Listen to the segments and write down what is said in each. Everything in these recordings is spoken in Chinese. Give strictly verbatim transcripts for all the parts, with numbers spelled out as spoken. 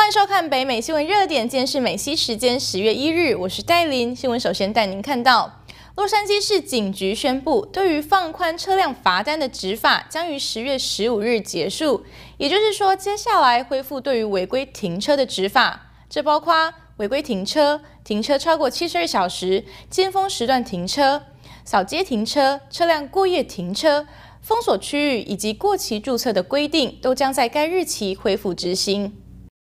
迎收看北美新闻热点，今天是美西时间十月一日，我是戴琳。新闻首先带您看到，洛杉矶市警局宣布，对于放宽车辆罚单的执法将于十月十五日结束，也就是说，接下来恢复对于违规停车的执法，这包括违规停车、停车超过七十二小时、尖峰时段停车、扫街停车、车辆过夜停车、封锁区域以及过期注册的规定，都将在该日期恢复执行。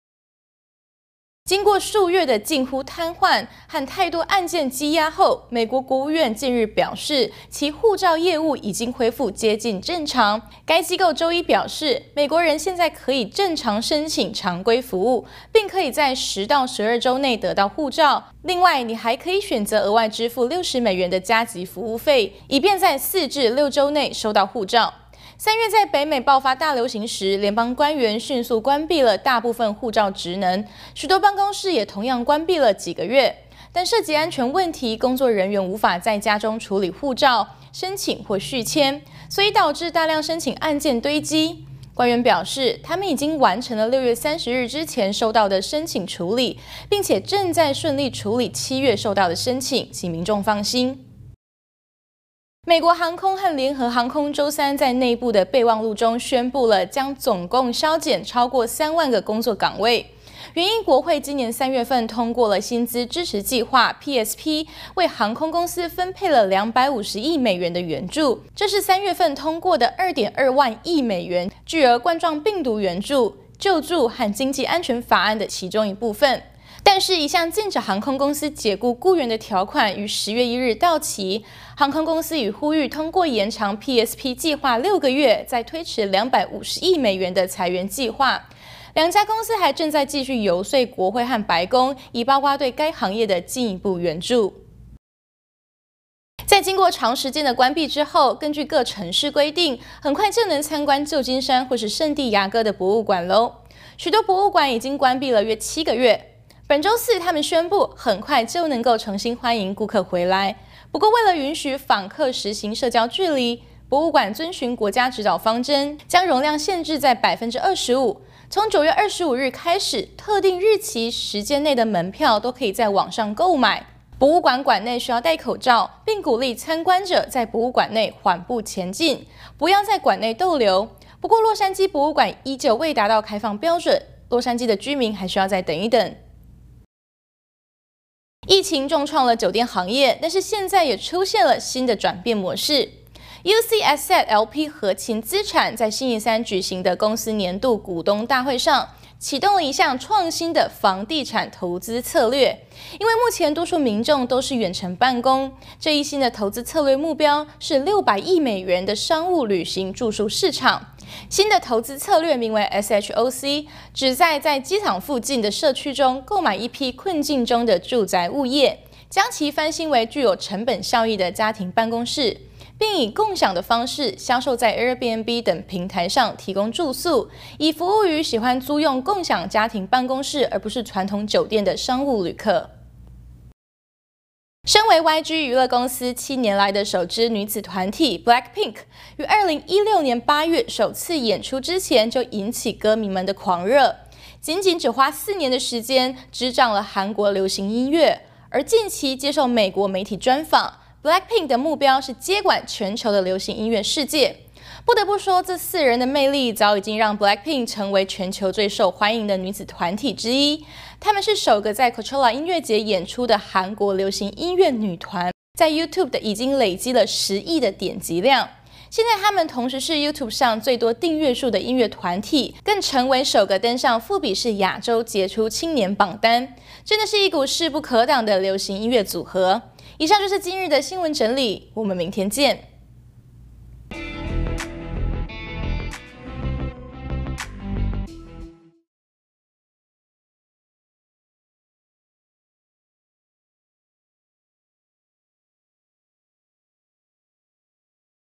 经过数月的近乎瘫痪和太多案件积压后，美国国务院近日表示，其护照业务已经恢复接近正常。该机构周一表示，美国人现在可以正常申请常规服务，并可以在十到十二周内得到护照。另外，你还可以选择额外支付六十美元的加急服务费，以便在四至六周内收到护照。三月在北美爆发大流行时，联邦官员迅速关闭了大部分护照职能，许多办公室也同样关闭了几个月。但涉及安全问题，工作人员无法在家中处理护照申请或续签，所以导致大量申请案件堆积。官员表示，他们已经完成了六月三十日之前收到的申请处理，并且正在顺利处理七月收到的申请，请民众放心。美国航空和联合航空周三在内部的备忘录中宣布了将总共削减超过三万个工作岗位。原因国会今年三月份通过了薪资支持计划 P S P， 为航空公司分配了两百五十亿美元的援助，这是三月份通过的 二点二万亿美元巨额冠状病毒援助、救助和经济安全法案的其中一部分。但是，一项禁止航空公司解雇雇员的条款于十月一日到期，航空公司已呼吁通过延长 P S P 计划六个月，再推迟两百五十亿美元的裁员计划。两家公司还正在继续游说国会和白宫，以包括对该行业的进一步援助。在经过长时间的关闭之后，根据各城市规定，很快就能参观旧金山或是圣地亚哥的博物馆喽。许多博物馆已经关闭了约七个月。本周四，他们宣布很快就能够重新欢迎顾客回来。不过，为了允许访客实行社交距离，博物馆遵循国家指导方针，将容量限制在百分之二十五。从九月二十五日开始，特定日期时间内的门票都可以在网上购买。博物馆馆内需要戴口罩，并鼓励参观者在博物馆内缓步前进，不要在馆内逗留。不过，洛杉矶博物馆依旧未达到开放标准，洛杉矶的居民还需要再等一等。疫情重创了酒店行业，但是现在也出现了新的转变模式。U C Asset L P 合勤资产在星期三举行的公司年度股东大会上，启动了一项创新的房地产投资策略。因为目前多数民众都是远程办公，这一新的投资策略目标是六百亿美元的商务旅行住宿市场。新的投资策略名为 S H O C， 旨在在机场附近的社区中购买一批困境中的住宅物业，将其翻新为具有成本效益的家庭办公室，并以共享的方式销售在 Airbnb 等平台上提供住宿，以服务于喜欢租用共享家庭办公室而不是传统酒店的商务旅客。身为 Y G 娱乐公司七年来的首支女子团体 Blackpink， 于二零一六年八月首次演出之前就引起歌迷们的狂热，仅仅只花四年的时间，执掌了韩国流行音乐。而近期接受美国媒体专访 ，Blackpink 的目标是接管全球的流行音乐世界。不得不说，这四人的魅力早已经让 Blackpink 成为全球最受欢迎的女子团体之一。她们是首个在 Coachella 音乐节演出的韩国流行音乐女团，在 YouTube 的已经累积了十亿的点击量。现在她们同时是 YouTube 上最多订阅数的音乐团体，更成为首个登上富比士亚洲杰出青年榜单。真的是一股势不可挡的流行音乐组合。以上就是今日的新闻整理，我们明天见。